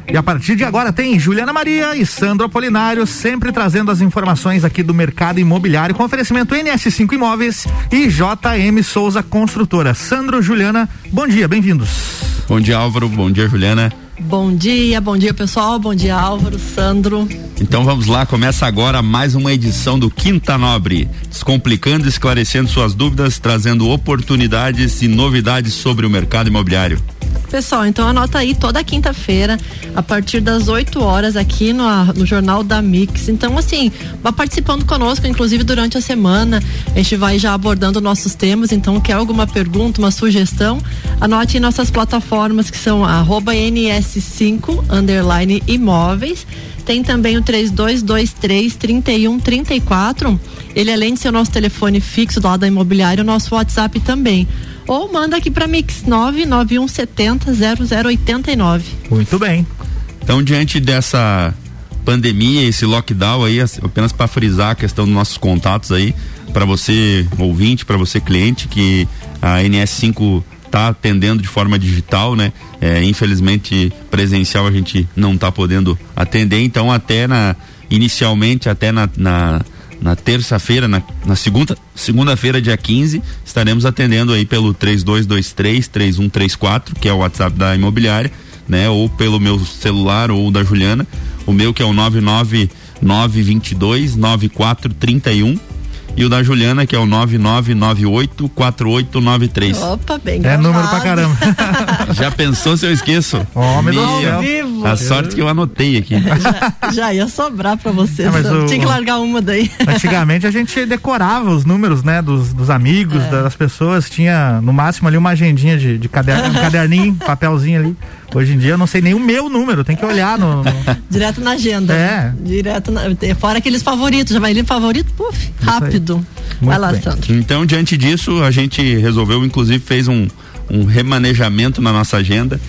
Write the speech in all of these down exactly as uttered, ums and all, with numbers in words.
E a partir de agora tem Juliana Maria e Sandro Apolinário, sempre trazendo as informações aqui do mercado imobiliário, com oferecimento N S cinco Imóveis e J M Souza Construtora. Sandro, Juliana, bom dia, bem-vindos. Bom dia, Álvaro, bom dia, Juliana. Bom dia, bom dia, pessoal, bom dia, Álvaro, Sandro. Então vamos lá, começa agora mais uma edição do Quinta Nobre, descomplicando e esclarecendo suas dúvidas, trazendo oportunidades e novidades sobre o mercado imobiliário. Pessoal, então anota aí toda quinta-feira, a partir das oito horas, aqui no, no Jornal da Mix. Então, assim, vá participando conosco, inclusive durante a semana. A gente vai já abordando nossos temas. Então, quer alguma pergunta, uma sugestão? Anote em nossas plataformas, que são arroba N S cinco underline imóveis. Tem também o três dois dois três, três um três quatro. Ele, além de ser o nosso telefone fixo do lado da imobiliária, o nosso WhatsApp também. Ou manda aqui para Mix nove nove um sete zero zero zero oito nove. Muito bem. Então, diante dessa pandemia, esse lockdown aí, apenas para frisar a questão dos nossos contatos aí, para você ouvinte, para você cliente, que a N S cinco está atendendo de forma digital, né? É, infelizmente presencial a gente não está podendo atender, então até na inicialmente até na, na Na terça-feira, na, na segunda, segunda-feira, dia quinze, estaremos atendendo aí pelo três dois dois três, três um três quatro, que é o WhatsApp da imobiliária, né? Ou pelo meu celular ou da Juliana, o meu que é o nove nove nove dois dois, nove quatro três um, e o da Juliana que é o nove nove nove oito quatro oito nove três. Opa, bem É gravado. número pra caramba. Já pensou se eu esqueço? Homem do céu. Vivo. A sorte que eu anotei aqui. Já, já ia sobrar pra você. É, mas o- Tinha que largar uma daí. Antigamente a gente decorava os números, né, dos, dos amigos, É. das pessoas, tinha no máximo ali uma agendinha de, de caderno, um caderninho, papelzinho ali. Hoje em dia eu não sei nem o meu número, tem que olhar no... no... Direto na agenda. É. Direto na, fora aqueles favoritos, já vai ali favorito, puf, rápido. Vai Muito lá, bem. Sandro. Então, diante disso, a gente resolveu, inclusive, fez um, um remanejamento na nossa agenda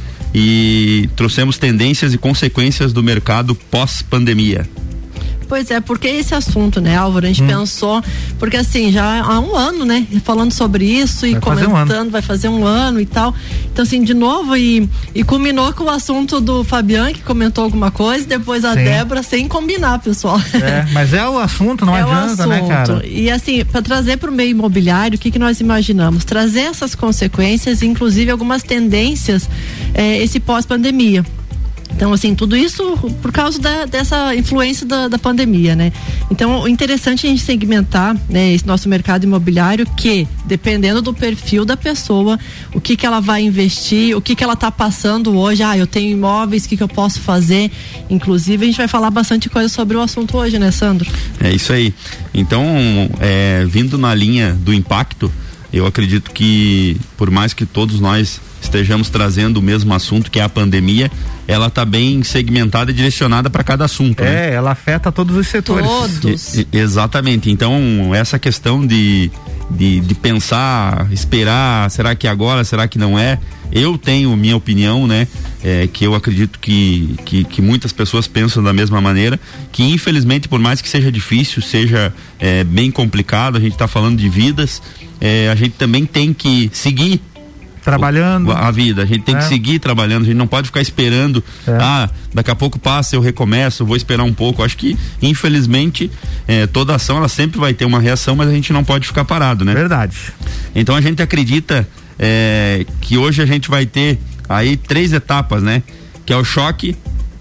e trouxemos tendências e consequências do mercado pós-pandemia. Pois é, porque esse assunto, né, Álvaro, a gente hum. pensou, porque assim, já há um ano, né, falando sobre isso e vai comentando, fazer um vai fazer um ano e tal, então assim, de novo, e, e culminou com o assunto do Fabian, que comentou alguma coisa, depois a Sim. Débora, sem combinar, pessoal. É, mas é o assunto, não é adianta, o assunto. né, cara? E assim, para trazer para o meio imobiliário, o que que nós imaginamos? Trazer essas consequências, inclusive algumas tendências, é, esse pós-pandemia. Então, assim, tudo isso por causa da, dessa influência da, da pandemia, né? Então, o interessante é a gente segmentar, né, esse nosso mercado imobiliário, que, dependendo do perfil da pessoa, o que que ela vai investir, o que que ela tá passando hoje, ah, eu tenho imóveis, o que que eu posso fazer? Inclusive, a gente vai falar bastante coisa sobre o assunto hoje, né, Sandro? É isso aí. Então, é, vindo na linha do impacto, eu acredito que, por mais que todos nós estejamos trazendo o mesmo assunto, que é a pandemia, ela está bem segmentada e direcionada para cada assunto. É, né? ela afeta todos os setores. Todos. E, e, exatamente. Então, essa questão de, de, de pensar, esperar, será que agora, será que não é? Eu tenho minha opinião, né? É, que eu acredito que, que, que muitas pessoas pensam da mesma maneira, que infelizmente, por mais que seja difícil, seja é, bem complicado, a gente está falando de vidas, é, a gente também tem que seguir Trabalhando. a vida, a gente tem é. que seguir trabalhando, a gente não pode ficar esperando, é. ah, daqui a pouco passa, eu recomeço, vou esperar um pouco. Acho que, infelizmente, é, toda ação ela sempre vai ter uma reação, mas a gente não pode ficar parado, né? Verdade. Então a gente acredita é, que hoje a gente vai ter aí três etapas, né? Que é o choque,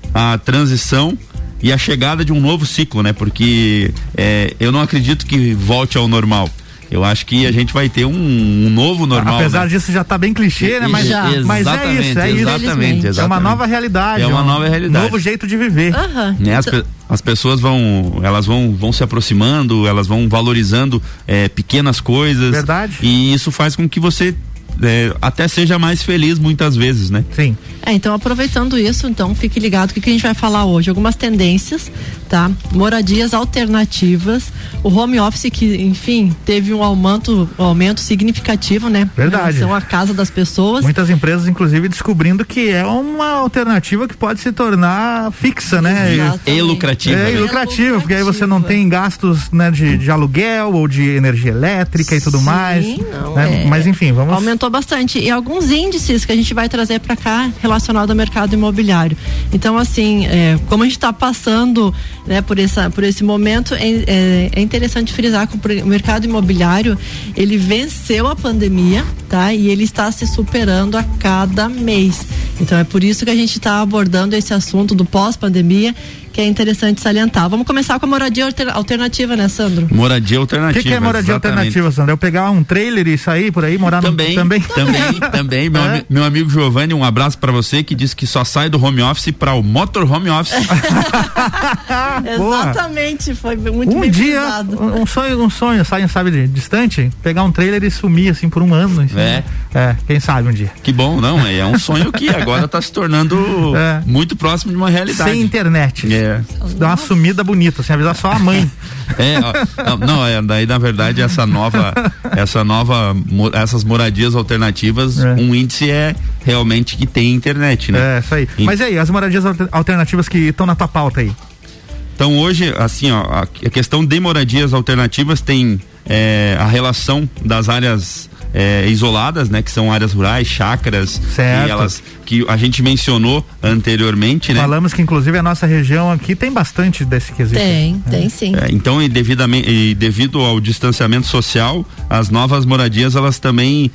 a transição e a chegada de um novo ciclo, né? Porque é, eu não acredito que volte ao normal. Eu acho que a gente vai ter um, um novo normal. Apesar né? disso já tá bem clichê, né? Mas, já. mas é isso, é isso. Exatamente, exatamente. É uma nova realidade. É uma um nova realidade. novo jeito de viver. Aham. Né? As, pe- as pessoas vão, elas vão, vão se aproximando, elas vão valorizando é, pequenas coisas. Verdade. E isso faz com que você é, até seja mais feliz muitas vezes, né? Sim. É, então aproveitando isso, então fique ligado o que, que a gente vai falar hoje, algumas tendências, tá? Moradias alternativas, o home office que, enfim, teve um aumento, um aumento significativo, né? Verdade. São a casa das pessoas. Muitas empresas, inclusive, descobrindo que é uma alternativa que pode se tornar fixa, né? Exatamente. E lucrativa. É, né? e lucrativa, porque aí você não tem gastos, né, de, de aluguel ou de energia elétrica e tudo Sim, mais. não, né? é. Mas enfim, vamos. Aumentou aumentou bastante. E alguns índices que a gente vai trazer para cá relacionado ao mercado imobiliário. Então, assim, é, como a gente está passando, né, por, essa, por esse momento, é, é, é interessante frisar que o mercado imobiliário, ele venceu a pandemia, tá? E ele está se superando a cada mês. Então, é por isso que a gente está abordando esse assunto do pós-pandemia, que é interessante salientar. Vamos começar com a moradia alter, alternativa, né, Sandro? Moradia alternativa. O que, que é moradia exatamente. alternativa, Sandro? Eu pegar um trailer e sair por aí, morar também, no... Também, também. Também, meu, é. meu amigo Giovanni, um abraço pra você, que disse que só sai do home office para o motor home office. Exatamente, foi muito um bem dia, pensado. Um sonho, um sonho, sabe, sabe, distante, pegar um trailer e sumir, assim, por um ano. Assim, é. É, quem sabe um dia. Que bom, não, é um sonho que agora tá se tornando é. muito próximo de uma realidade. Sem internet. É. Dá uma sumida bonita, sem avisar só a mãe. É, ó, não, é, daí na verdade essa nova, essa nova, essas moradias alternativas, é. um índice é realmente que tem internet, né? É, isso aí. E, mas e aí, as moradias alternativas que estão na tua pauta aí? Então hoje, assim, ó, a questão de moradias alternativas tem é, a relação das áreas É, isoladas, né, que são áreas rurais, chácaras, certo. E elas que a gente mencionou anteriormente, né? Falamos que inclusive a nossa região aqui tem bastante desse quesito. Tem, é. tem sim. É, então, e, devidamente, e devido ao distanciamento social, as novas moradias elas também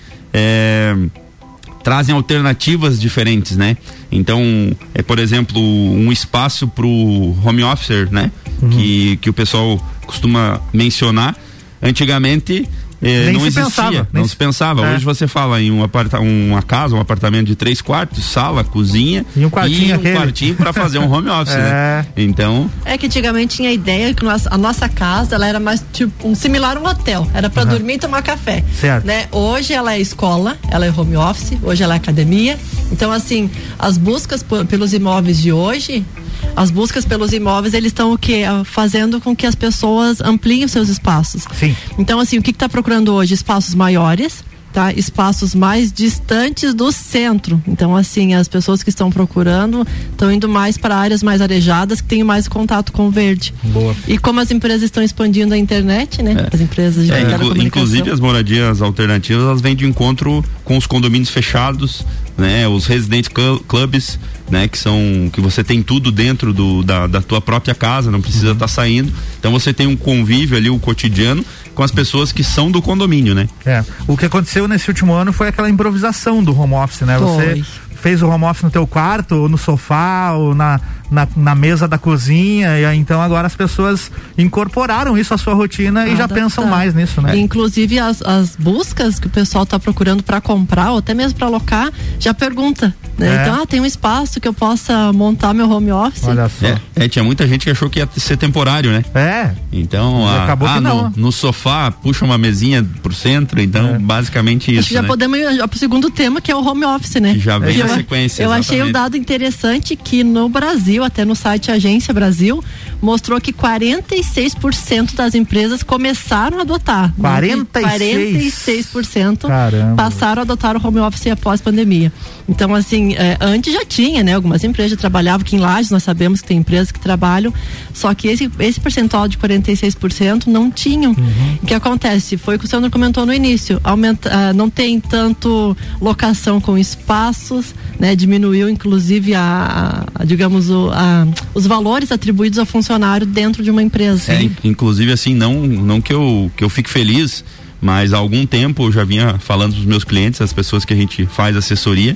é, trazem alternativas diferentes, né? Então, é, por exemplo, um espaço para o home officer, né? Uhum. Que, que o pessoal costuma mencionar. Antigamente É, nem não se existia, pensava, não nem se pensava. É. Hoje você fala em um aparta, uma casa, um apartamento de três quartos, sala, cozinha e um quartinho, e um aquele. quartinho para fazer um home office, é. né? Então. É que antigamente tinha a ideia que nós, a nossa casa ela era mais tipo um similar a um hotel, era para uhum. dormir e tomar café. Certo. Né? Hoje ela é escola, ela é home office, hoje ela é academia. Então assim, as buscas p- pelos imóveis de hoje, as buscas pelos imóveis, eles estão o quê? Fazendo com que as pessoas ampliem os seus espaços. Sim. Então, assim, o que está procurando hoje? Espaços maiores, tá? Espaços mais distantes do centro. Então, assim, as pessoas que estão procurando estão indo mais para áreas mais arejadas, que tenham mais contato com o verde. Boa. E como as empresas estão expandindo a internet, né? É. As empresas de é, telecomunicação. Inclusive, as moradias alternativas, elas vêm de encontro com os condomínios fechados, né? Os residente clubs, né? Que são, que você tem tudo dentro do, da, da tua própria casa, não precisa estar uhum. tá saindo. Então você tem um convívio ali, o cotidiano, com as pessoas que são do condomínio, né? É, o que aconteceu nesse último ano foi aquela improvisação do home office, né? Foi. Você fez o home office no teu quarto, ou no sofá, ou na, na, na mesa da cozinha, e aí, então agora as pessoas incorporaram isso à sua rotina ah, e já pensam tá. mais nisso, né? Inclusive as, as buscas que o pessoal está procurando para comprar, ou até mesmo para alocar, já pergunta, né? É. Então, ah, tem um espaço que eu possa montar meu home office. Olha só. É, é, tinha muita gente que achou que ia ser temporário, né? É. Então, a, acabou ah, que não. No, no sofá, puxa uma mesinha pro centro, então, é. basicamente isso. Acho que já né? podemos ir pro segundo tema, que é o home office, né? Que já vem eu, a sequência. Eu exatamente. achei um dado interessante que no Brasil, até no site Agência Brasil, mostrou que quarenta e seis por cento das empresas começaram a adotar. quarenta e seis? quarenta e seis por cento Caramba. Passaram a adotar o home office após pandemia. Então, assim, é, antes já tinha, né? Algumas empresas trabalhavam, aqui em Lages nós sabemos que tem empresas que trabalham, só que esse, esse percentual de quarenta e seis por cento não tinham. Uhum. O que acontece? Foi o que o Sandro comentou no início, aumenta, uh, não tem tanto locação com espaços, né? Diminuiu inclusive a, a digamos, o, a, os valores atribuídos ao funcionário dentro de uma empresa. É, inclusive assim, não, não que eu, que eu fique feliz, mas há algum tempo eu já vinha falando dos meus clientes, as pessoas que a gente faz assessoria,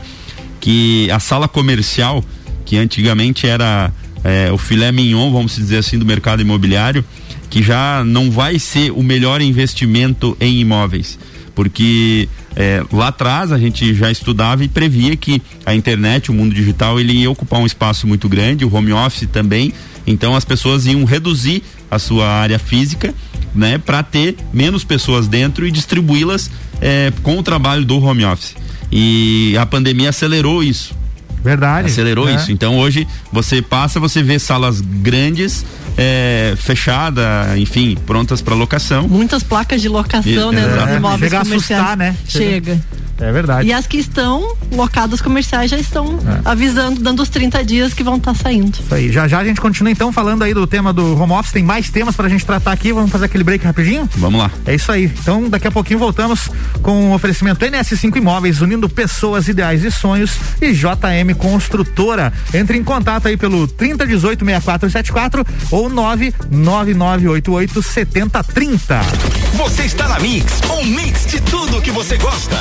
que a sala comercial, que antigamente era é, o filé mignon, vamos dizer assim, do mercado imobiliário, que já não vai ser o melhor investimento em imóveis, porque é, lá atrás a gente já estudava e previa que a internet, o mundo digital, ele ia ocupar um espaço muito grande, o home office também, então as pessoas iam reduzir a sua área física, né, para ter menos pessoas dentro e distribuí-las é, com o trabalho do home office. E a pandemia acelerou isso. Verdade. Acelerou é. isso. Então hoje você passa, você vê salas grandes, é, fechada, enfim, prontas para locação. Muitas placas de locação, e, né, é, nos imóveis chega comerciais. A assustar, né? Chega. É verdade. E as que estão locadas comerciais já estão é. avisando, dando os trinta dias que vão estar tá saindo. Isso aí. Já já a gente continua então falando aí do tema do home office. Tem mais temas pra gente tratar aqui. Vamos fazer aquele break rapidinho? Vamos lá. É isso aí. Então daqui a pouquinho voltamos com o oferecimento N S cinco Imóveis, unindo pessoas, ideais e sonhos, e J M Construtora. Entre em contato aí pelo trinta dezoito, sessenta e quatro setenta e quatro ou nove nove nove oito oito, setenta trinta. Você está na Mix, um mix de tudo que você gosta.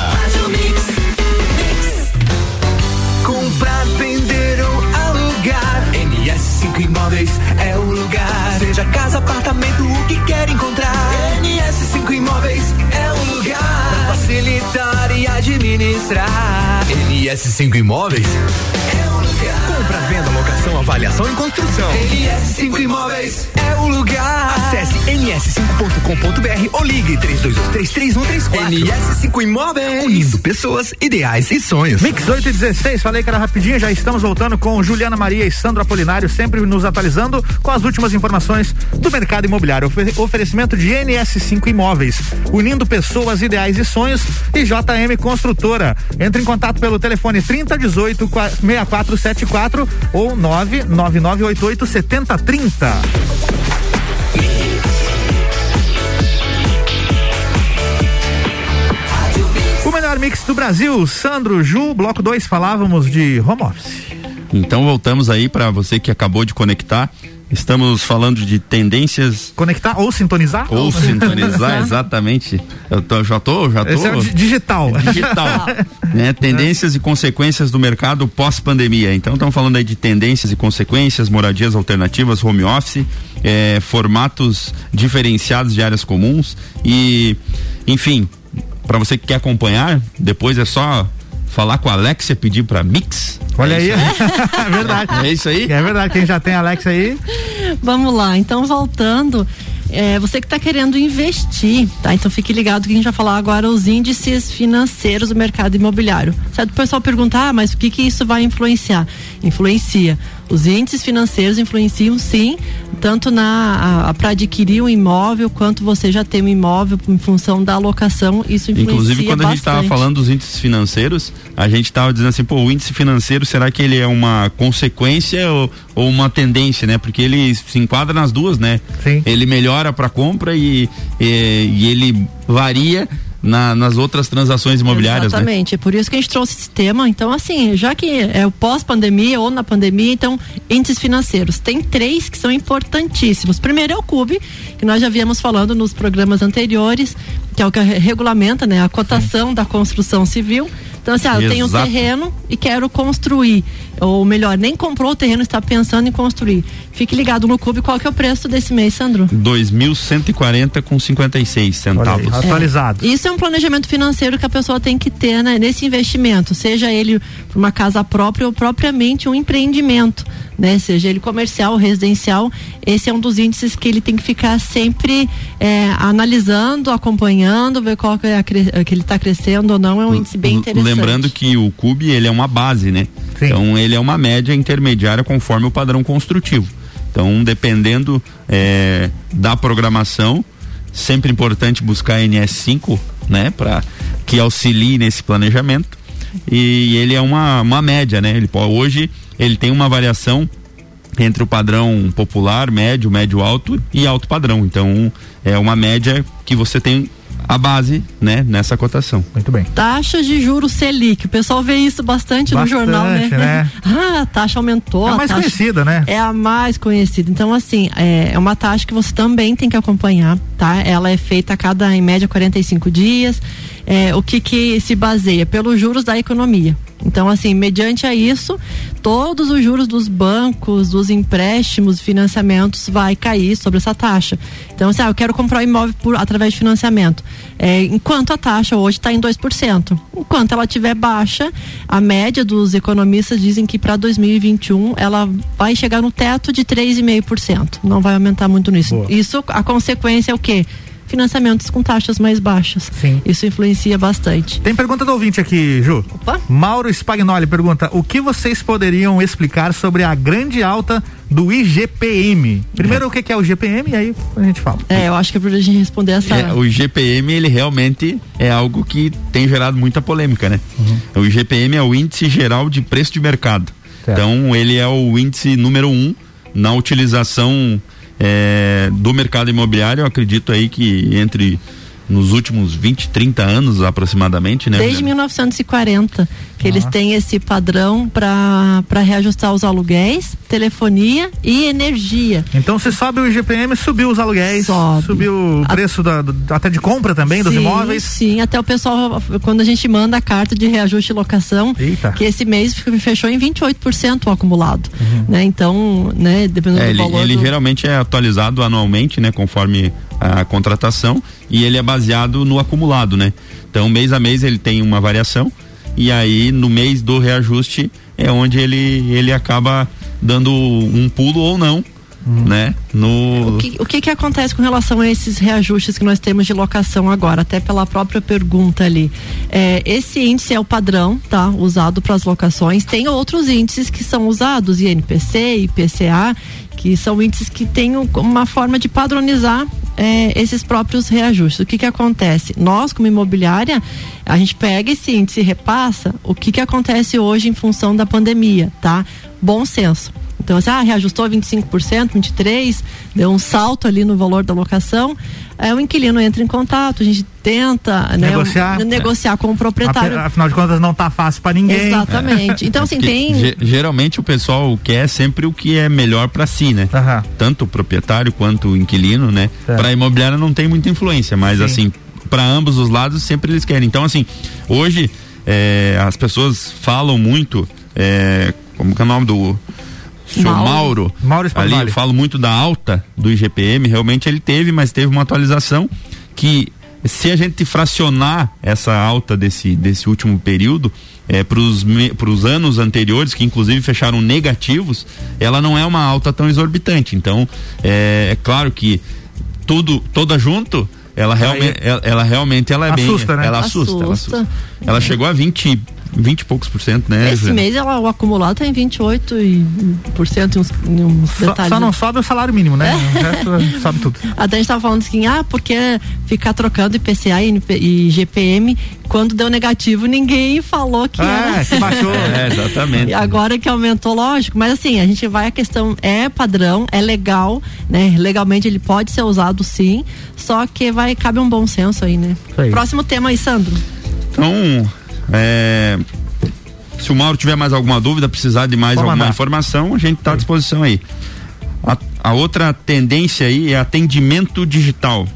Comprar, vender ou alugar, N S cinco Imóveis é o lugar. Seja casa, apartamento, o que quer encontrar, N S cinco Imóveis é o lugar. Pra facilitar e administrar, N S cinco Imóveis é o lugar. Compra, venda, locação, avaliação e construção, N S cinco Imóveis é o lugar. Acesse N S cinco ponto com ponto b r ou ligue três dois dois três, três um três quatro. N S cinco Imóveis, unindo pessoas, ideais e sonhos. Mix oito e dezesseis, falei que era rapidinho, já estamos voltando com Juliana Maria e Sandro Apolinário, sempre nos atualizando com as últimas informações do mercado imobiliário. Oferecimento de N S cinco Imóveis, unindo pessoas, ideais e sonhos, e J M Construtora. Entre em contato pelo telefone trinta dezoito, sessenta e quatro setenta e quatro ou nove nove nove oito oito, setenta trinta. O melhor mix do Brasil. Sandro, Ju, bloco dois, falávamos de home office. Então voltamos aí para você que acabou de conectar. Estamos falando de tendências. Conectar ou sintonizar? Ou sintonizar, exatamente. Eu tô, já tô, já tô. Esse é o digital. Digital. Né? Tendências é. e consequências do mercado pós-pandemia. Então estamos falando aí de tendências e consequências, moradias alternativas, home office, é, formatos diferenciados de áreas comuns e, enfim, para você que quer acompanhar, depois é só falar com a Alexia, pedir pra Mix. Olha é aí, é verdade. É isso aí? É verdade, quem já tem a Alexia aí. Vamos lá, então voltando, é, você que está querendo investir, tá? Então fique ligado que a gente vai falar agora os índices financeiros do mercado imobiliário. Certo? O pessoal pergunta, ah, mas o que que isso vai influenciar? Influencia. Os índices financeiros influenciam sim, tanto na para adquirir um imóvel, quanto você já tem um imóvel em função da alocação, isso influencia. Inclusive, quando bastante. A gente estava falando dos índices financeiros, a gente estava dizendo assim, pô, o índice financeiro, será que ele é uma consequência ou, ou uma tendência, né? Porque ele se enquadra nas duas, né? Sim. Ele melhora para compra e, e, e ele varia Na, nas outras transações imobiliárias. Exatamente, né? É por isso que a gente trouxe esse tema. Então, assim, já que é o pós-pandemia ou na pandemia, então, índices financeiros. Tem três que são importantíssimos. Primeiro é o C U B, que nós já viemos falando nos programas anteriores, que é o que regulamenta, né, a cotação Sim. da construção civil. Então, assim, ah, eu tenho um terreno e quero construir. Ou melhor, nem comprou o terreno, está pensando em construir. Fique ligado no C U B. Qual que é o preço desse mês, Sandro? dois mil cento e quarenta com cinquenta e seis centavos. Aí, atualizado. É, isso é um planejamento financeiro que a pessoa tem que ter, né, nesse investimento, seja ele para uma casa própria ou propriamente um empreendimento, né? Seja ele comercial ou residencial, esse é um dos índices que ele tem que ficar sempre é, analisando, acompanhando, ver qual que, é a, que ele está crescendo ou não. É um índice bem interessante. Lembrando que o C U B, ele é uma base, né? Sim. Então ele é uma média intermediária conforme o padrão construtivo. Então, dependendo é, da programação, sempre importante buscar N S cinco, né? Para que auxilie nesse planejamento. E ele é uma, uma média, né? Ele, hoje ele tem uma variação entre o padrão popular, médio, médio alto e alto padrão. Então, é uma média que você tem a base, né, nessa cotação. Muito bem. Taxas de juros Selic, o pessoal vê isso bastante, bastante no jornal, né? né? Ah, a taxa aumentou. É a mais taxa conhecida, né? É a mais conhecida. Então, assim, é, é uma taxa que você também tem que acompanhar, tá? Ela é feita a cada, em média, quarenta e cinco dias. É, o que que se baseia? Pelos juros da economia. Então, assim, mediante a isso, todos os juros dos bancos, dos empréstimos, financiamentos vai cair sobre essa taxa. Então, assim, ah, eu quero comprar um imóvel por, através de financiamento. É, enquanto a taxa hoje está em dois por cento. Enquanto ela estiver baixa, a média dos economistas dizem que para dois mil e vinte e um ela vai chegar no teto de três vírgula cinco por cento. Não vai aumentar muito nisso. Boa. Isso, a consequência é o quê? financiamentos com taxas mais baixas. Sim. Isso influencia bastante. Tem pergunta do ouvinte aqui, Ju. Opa. Mauro Spagnoli pergunta: o que vocês poderiam explicar sobre a grande alta do I G P M? Primeiro, é. o que é o I G P M, e aí a gente fala. É, eu acho que é pra gente responder essa. É, o I G P M, ele realmente é algo que tem gerado muita polêmica, né? Uhum. O I G P M é o Índice Geral de Preço de Mercado. Certo. Então, ele é o índice número um na utilização é, do mercado imobiliário. Eu acredito aí que entre nos últimos vinte, trinta anos aproximadamente, né? Desde mil novecentos e quarenta que ah. eles têm esse padrão para para reajustar os aluguéis, telefonia e energia. Então, se sobe o I G P M, subiu os aluguéis, sobe. Subiu o preço a... da, até de compra também, sim, dos imóveis. Sim, até o pessoal, quando a gente manda a carta de reajuste e locação, Eita. que esse mês fechou em vinte e oito por cento o acumulado, uhum. né? Então, né, dependendo é, do ele, valor. Ele do... geralmente é atualizado anualmente, né, conforme a contratação, e ele é baseado no acumulado, né? Então, mês a mês ele tem uma variação, e aí no mês do reajuste é onde ele ele acaba dando um pulo ou não, hum. né? No... O que, o que que acontece com relação a esses reajustes que nós temos de locação agora, até pela própria pergunta ali? É, esse índice é o padrão, tá? Usado para as locações. Tem outros índices que são usados, I N P C, I P C A, que são índices que têm uma forma de padronizar é, esses próprios reajustes. O que que acontece? Nós, como imobiliária, a gente pega esse índice e repassa o que que acontece hoje em função da pandemia, tá? Bom senso. Então, assim, ah, reajustou vinte e cinco por cento, vinte e três por cento, deu um salto ali no valor da locação, é, o inquilino entra em contato, a gente tenta negociar, né, um, negociar com o proprietário. Afinal de contas, não tá fácil para ninguém. Exatamente. É. Então, assim, tem... G- geralmente o pessoal quer sempre o que é melhor para si, né? Uhum. Tanto o proprietário quanto o inquilino, né? É. Para a imobiliária não tem muita influência, mas Sim. assim, para ambos os lados sempre eles querem. Então, assim, hoje é, as pessoas falam muito, é, como que é o nome do... senhor Mauro, Mauro ali eu falo muito da alta do I G P M, realmente ele teve, mas teve uma atualização que, se a gente fracionar essa alta desse, desse último período é, para os anos anteriores, que inclusive fecharam negativos, ela não é uma alta tão exorbitante. Então é, é claro que tudo, toda junto, ela realmente ela, ela realmente ela é assusta, bem, né? ela assusta, assusta. ela assusta. Ela chegou a vinte vinte e poucos por cento, né? Esse mês ela, o acumulado está em vinte e oito por cento, uns, uns só, detalhes. Só não sobe o salário mínimo, né? É. O resto sobe tudo. Até a gente estava falando assim, ah, porque ficar trocando I P C A e I G P M, quando deu negativo, ninguém falou que é, era. que baixou. É, exatamente. E agora que aumentou, lógico, mas assim, a gente vai, a questão é padrão, é legal, né? Legalmente ele pode ser usado sim, só que vai, cabe um bom senso aí, né? Aí. Próximo tema aí, Sandro. Então, é, se o Mauro tiver mais alguma dúvida, precisar de mais Pode alguma mandar. informação, a gente está à disposição aí. A, a outra tendência aí é atendimento digital.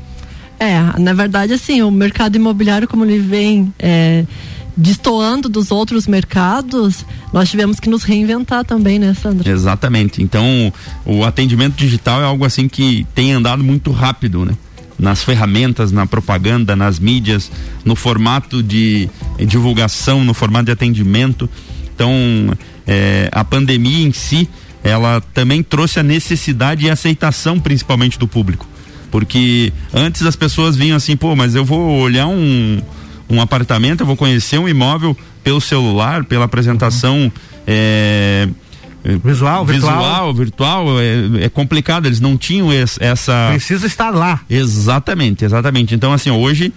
É, na verdade, assim, o mercado imobiliário, como ele vem é, destoando dos outros mercados, nós tivemos que nos reinventar também, né, Sandra? Exatamente. Então, o atendimento digital é algo assim que tem andado muito rápido, né? Nas ferramentas, na propaganda, nas mídias, no formato de eh, divulgação, no formato de atendimento. Então, eh, a pandemia em si, ela também trouxe a necessidade e aceitação, principalmente do público. Porque antes as pessoas vinham assim, pô, mas eu vou olhar um, um apartamento, eu vou conhecer um imóvel pelo celular, pela apresentação uhum. eh, Visual, virtual. Visual, virtual, é, é complicado, eles não tinham esse, essa... Precisa estar lá. Exatamente, exatamente. Então, assim, hoje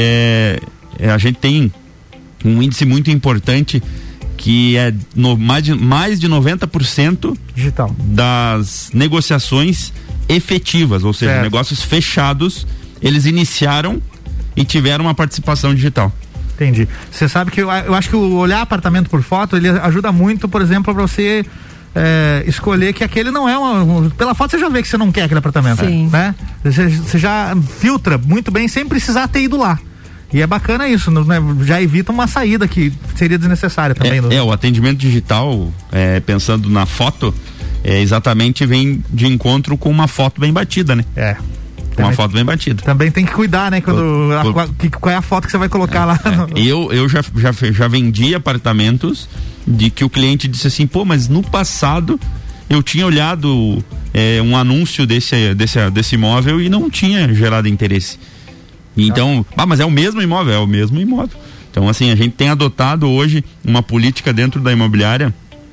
é, é, a gente tem um índice muito importante que é no, mais, de, mais de noventa por cento digital das negociações efetivas, ou seja, certo. negócios fechados, eles iniciaram e tiveram uma participação digital. Entendi. Você sabe que eu, eu acho que o olhar apartamento por foto, ele ajuda muito, por exemplo, para você É, escolher que aquele não é uma, um, pela foto você já vê que você não quer aquele apartamento, Sim. né? Você, você já filtra muito bem sem precisar ter ido lá. E é bacana isso, né? Já evita uma saída que seria desnecessária também. É, no... é o atendimento digital, é, pensando na foto, é, exatamente vem de encontro com uma foto bem batida, né? É. Com uma foto bem batida. Também tem que cuidar, né? Quando, por, por, a, que, qual é a foto que você vai colocar é, lá? É. Eu, eu já, já, já vendi apartamentos de que o cliente disse assim, pô, mas no passado eu tinha olhado é, um anúncio desse, desse, desse imóvel e não tinha gerado interesse. Então, ah, mas é o mesmo imóvel, é o mesmo imóvel. Então, assim, a gente tem adotado hoje uma política dentro da imobiliária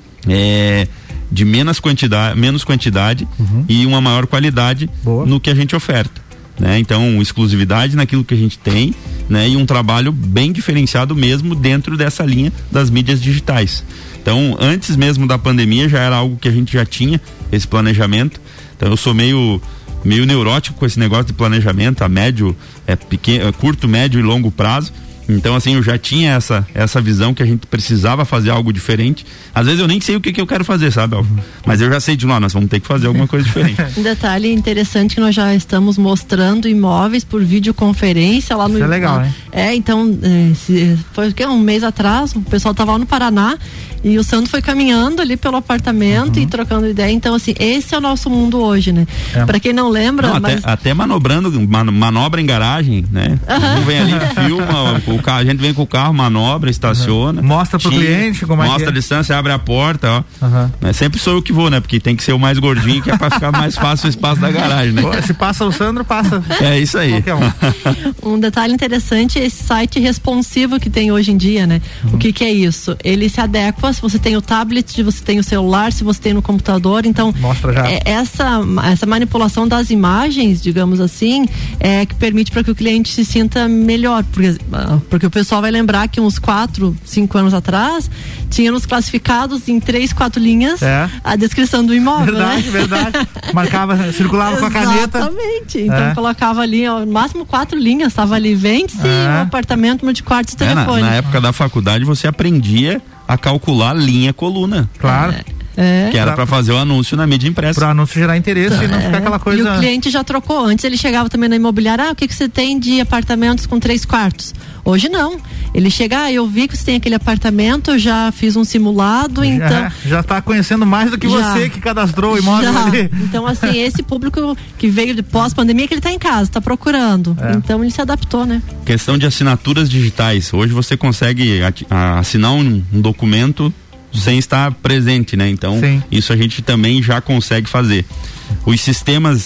é, de menos quantidade, menos quantidade uhum. e uma maior qualidade Boa. no que a gente oferta. Né? Então, exclusividade naquilo que a gente tem, né? E um trabalho bem diferenciado mesmo dentro dessa linha das mídias digitais. Então, antes mesmo da pandemia já era algo que a gente já tinha, esse planejamento. Então, eu sou meio meio neurótico com esse negócio de planejamento a médio, é, pequeno, é, curto, médio e longo prazo. Então, assim, eu já tinha essa, essa visão que a gente precisava fazer algo diferente. Às vezes eu nem sei o que, que eu quero fazer, sabe, Alfa? Mas eu já sei de lá, nós vamos ter que fazer alguma coisa diferente. Um detalhe interessante que nós já estamos mostrando imóveis por videoconferência lá no... Isso é legal, hein? É, então, é, se, foi o quê? Um mês atrás, o pessoal estava lá no Paraná e o Sandro foi caminhando ali pelo apartamento uhum. e trocando ideia. Então, assim, esse é o nosso mundo hoje, né? É. Pra quem não lembra... Não, mas... até, até manobrando, man, manobra em garagem, né? Uhum. Vem ali, filma, o carro, a gente vem com o carro, manobra, estaciona. Uhum. Mostra pro tira, cliente como é que é. Mostra a distância, abre a porta, ó. Uhum. É, sempre sou eu que vou, né? Porque tem que ser o mais gordinho, que é pra ficar mais fácil o espaço da garagem, né? Pô, se passa o Sandro, passa. É isso aí. Um. um detalhe interessante é esse site responsivo que tem hoje em dia, né? Uhum. O que que é isso? Ele se adequa se você tem o tablet, se você tem o celular, se você tem no computador, então Mostra já. É, essa, essa manipulação das imagens, digamos assim, é que permite para que o cliente se sinta melhor, porque, porque o pessoal vai lembrar que uns quatro, cinco anos atrás tínhamos classificados em três, quatro linhas é. a descrição do imóvel, verdade, né? Verdade, marcava, circulava com a caneta. Exatamente, então é. colocava ali, ó, no máximo quatro linhas, estava ali, vende-se é. um apartamento, número de quartos e telefone. É, na, na época da faculdade você aprendia a calcular linha coluna. Claro. É. É. Que era para fazer o anúncio na mídia impressa. Para o anúncio gerar interesse é. e não ficar aquela coisa. E o cliente já trocou. Antes ele chegava também na imobiliária, ah, o que que você tem de apartamentos com três quartos? Hoje não. Ele chega, ah, eu vi que você tem aquele apartamento, eu já fiz um simulado, então... É, já está conhecendo mais do que já, você que cadastrou o imóvel já. ali. Então, assim, esse público que veio de pós-pandemia, que ele está em casa, está procurando. É. Então, ele se adaptou, né? Questão de assinaturas digitais. Hoje você consegue assinar um, um documento sem estar presente, né? Então, Sim. isso a gente também já consegue fazer. Os sistemas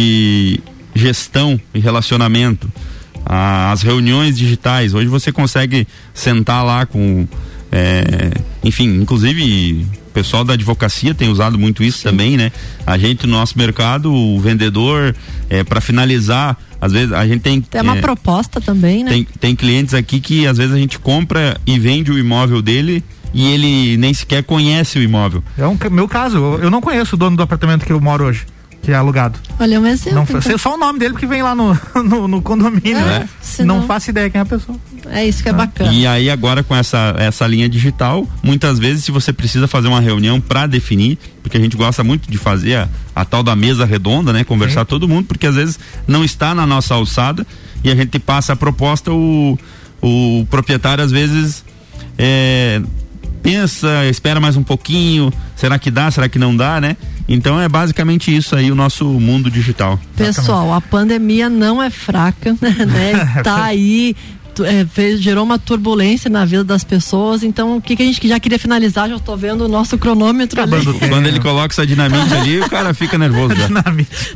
de gestão e relacionamento, as reuniões digitais, hoje você consegue sentar lá com, é, enfim, inclusive o pessoal da advocacia tem usado muito isso Sim. também, né? A gente no nosso mercado, o vendedor, é, para finalizar, às vezes a gente tem... Tem uma é, proposta também, né? Tem, tem clientes aqui que às vezes a gente compra e vende o imóvel dele e ele nem sequer conhece o imóvel. É um meu caso, eu não conheço o dono do apartamento que eu moro hoje, que é alugado. Olha um exemplo. Não, então. Sei só o nome dele porque vem lá no, no, no condomínio, é, né? Senão... Não faço ideia quem é a pessoa. É isso que é ah. bacana. E aí agora com essa, essa linha digital, muitas vezes se você precisa fazer uma reunião para definir, porque a gente gosta muito de fazer a, a tal da mesa redonda, né? Conversar Sim. todo mundo, porque às vezes não está na nossa alçada e a gente passa a proposta, o, o proprietário às vezes é, pensa, espera mais um pouquinho, será que dá, será que não dá, né? Então é basicamente isso aí o nosso mundo digital. Pessoal, a pandemia não é fraca, né? Tá aí, é, fez, gerou uma turbulência na vida das pessoas, então o que, que a gente já queria finalizar, já tô vendo o nosso cronômetro ali. Quando ele coloca essa dinamite ali, o cara fica nervoso já. Dinamite.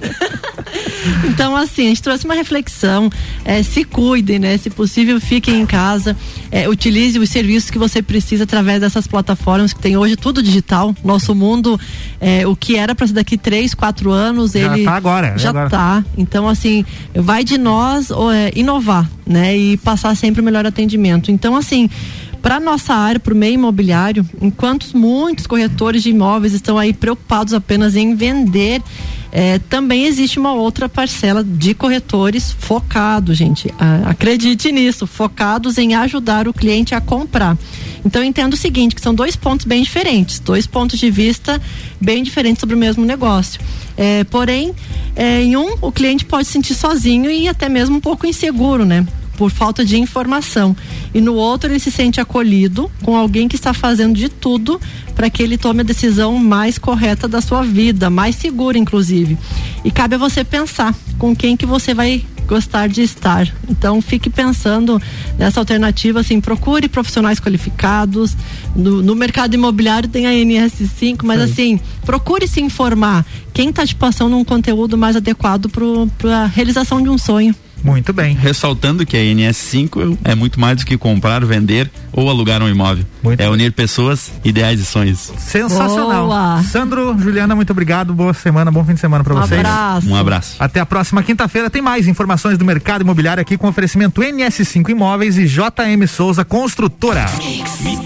Então, assim, a gente trouxe uma reflexão, é, se cuidem, né? Se possível, fiquem em casa, é, utilize os serviços que você precisa através dessas plataformas que tem hoje, tudo digital. Nosso mundo, é, o que era para ser daqui três, quatro anos, já ele tá agora, já agora. tá. Então, assim, vai de nós é, inovar, né? E passar sempre o melhor atendimento. Então, assim, para nossa área, para o meio imobiliário, enquanto muitos corretores de imóveis estão aí preocupados apenas em vender, é, também existe uma outra parcela de corretores focados, gente, ah, acredite nisso, focados em ajudar o cliente a comprar. Então eu entendo o seguinte, que são dois pontos bem diferentes, dois pontos de vista bem diferentes sobre o mesmo negócio. É, porém, é, em um, o cliente pode se sentir sozinho e até mesmo um pouco inseguro, né? Por falta de informação. E no outro ele se sente acolhido com alguém que está fazendo de tudo para que ele tome a decisão mais correta da sua vida, mais segura inclusive. E cabe a você pensar com quem que você vai gostar de estar. Então fique pensando nessa alternativa, assim, procure profissionais qualificados. No, no mercado imobiliário tem a N S cinco, mas Sim. assim, procure se informar. Quem está te passando um conteúdo mais adequado para a realização de um sonho. Muito bem. Ressaltando que a N S cinco é muito mais do que comprar, vender ou alugar um imóvel. Muito é bem. Unir pessoas, ideais e sonhos. Sensacional. Boa. Sandro, Juliana, muito obrigado. Boa semana, bom fim de semana para um vocês. Abraço. Um abraço. Até a próxima quinta-feira. Tem mais informações do mercado imobiliário aqui com oferecimento N S cinco Imóveis e J M Souza Construtora.